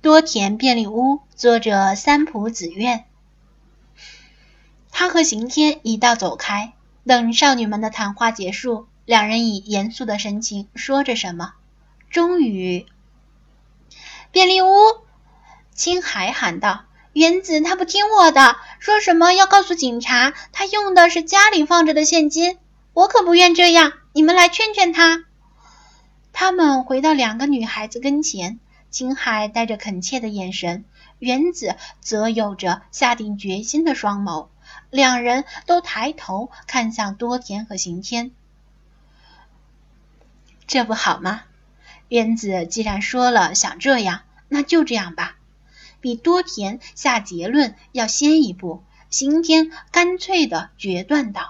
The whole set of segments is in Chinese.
多田便利屋坐着三浦子苑。他和刑天一道走开，等少女们的谈话结束，两人以严肃的神情说着什么。终于，便利屋，青海喊道，原子他不听我的，说什么要告诉警察，他用的是家里放着的现金，我可不愿这样，你们来劝劝他。他们回到两个女孩子跟前，青海带着恳切的眼神，原子则有着下定决心的双眸，两人都抬头看向多田和刑天。这不好吗？原子既然说了想这样，那就这样吧。比多田下结论要先一步，刑天干脆地决断道。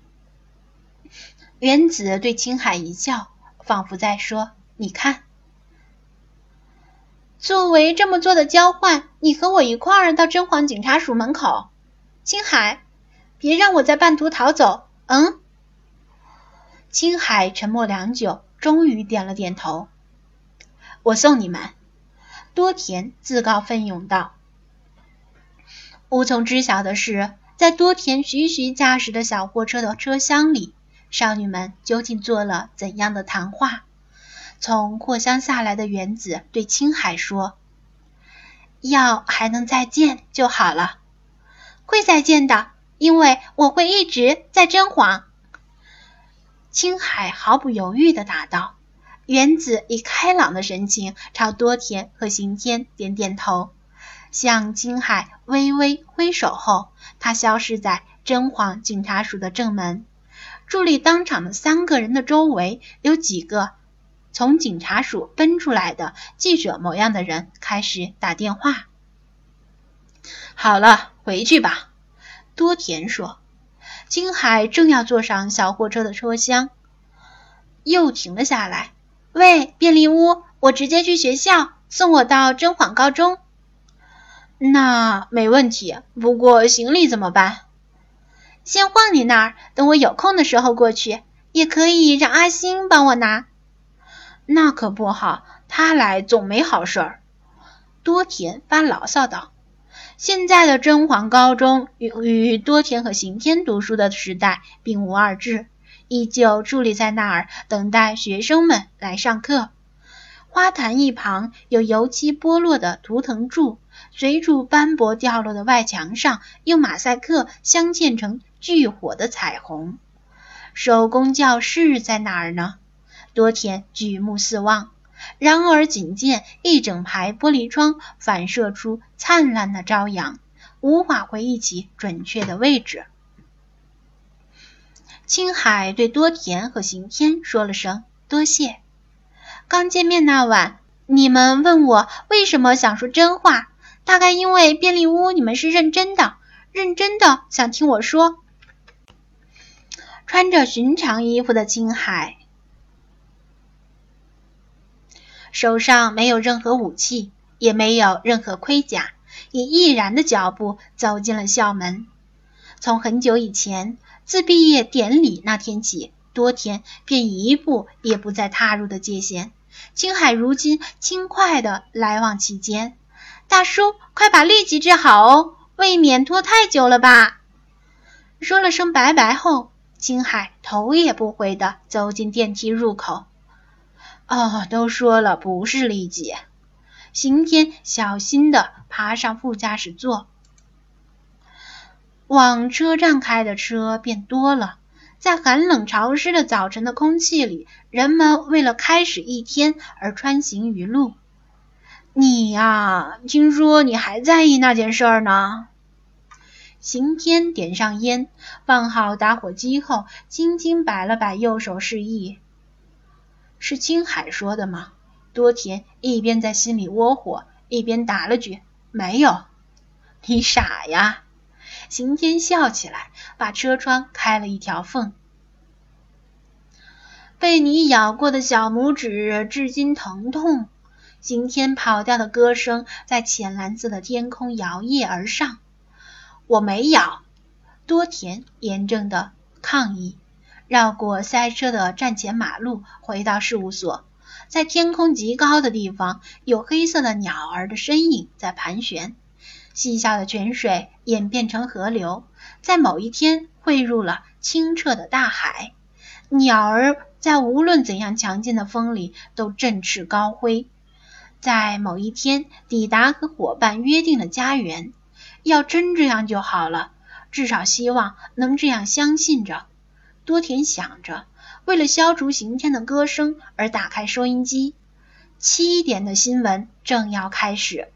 原子对青海一笑，仿佛在说，你看，作为这么做的交换，你和我一块儿到真皇警察署门口。青海，别让我在半途逃走。青海沉默良久，终于点了点头。我送你们。多田自告奋勇道。无从知晓的是，在多田徐徐驾驶的小货车的车厢里，少女们究竟做了怎样的谈话？从货箱下来的原子对青海说，要还能再见就好了。会再见的，因为我会一直在真皇。青海毫不犹豫地答道。原子以开朗的神情朝多田和刑天点点头，向青海微微挥手后，他消失在真皇警察署的正门。伫立当场的3个人的周围，有几个从警察署奔出来的记者模样的人开始打电话。好了，回去吧，多田说。青海正要坐上小货车的车厢，又停了下来。喂，便利屋，我直接去学校，送我到真皇高中。那没问题，不过行李怎么办？先放你那儿，等我有空的时候过去，也可以让阿星帮我拿。那可不好，他来总没好事儿。多田发牢骚道。现在的真皇高中与多田和刑天读书的时代并无二致，依旧伫立在那儿等待学生们来上课。花坛一旁有油漆剥落的图腾柱，随处斑驳掉落的外墙上用马赛克镶嵌成炬火的彩虹。手工教室在哪儿呢？多田举目四望，然而仅见一整排玻璃窗反射出灿烂的朝阳，无法回忆起准确的位置。青海对多田和刑天说了声多谢。刚见面那晚，你们问我为什么想说真话，大概因为便利屋你们是认真的想听我说。穿着寻常衣服的青海手上没有任何武器，也没有任何盔甲，以毅然的脚步走进了校门。从很久以前，自毕业典礼那天起，多田便一步也不再踏入的界限。青海如今轻快地来往其间。大叔，快把痢疾治好哦，未免拖太久了吧。说了声拜拜后，青海头也不回地走进电梯入口。都说了不是痢疾。刑天小心地爬上副驾驶座。往车站开的车变多了，在寒冷潮湿的早晨的空气里，人们为了开始一天而穿行于路。你呀，听说你还在意那件事儿呢？刑天点上烟，放好打火机后，轻轻摆了摆右手示意。是青海说的吗？多田一边在心里窝火，一边答了句没有。你傻呀。刑天笑起来，把车窗开了一条缝。被你咬过的小拇指至今疼痛。刑天跑调的歌声在浅蓝色的天空摇曳而上。我没咬。多田严正的抗议，绕过塞车的站前马路，回到事务所。 在天空极高的地方，有黑色的鸟儿的身影在盘旋。细小的泉水演变成河流，在某一天汇入了清澈的大海。鸟儿在无论怎样强劲的风里都振翅高飞。在某一天抵达和伙伴约定的家园。要真这样就好了，至少希望能这样相信着。多田想着，为了消除刑天的歌声而打开收音机。7点的新闻正要开始。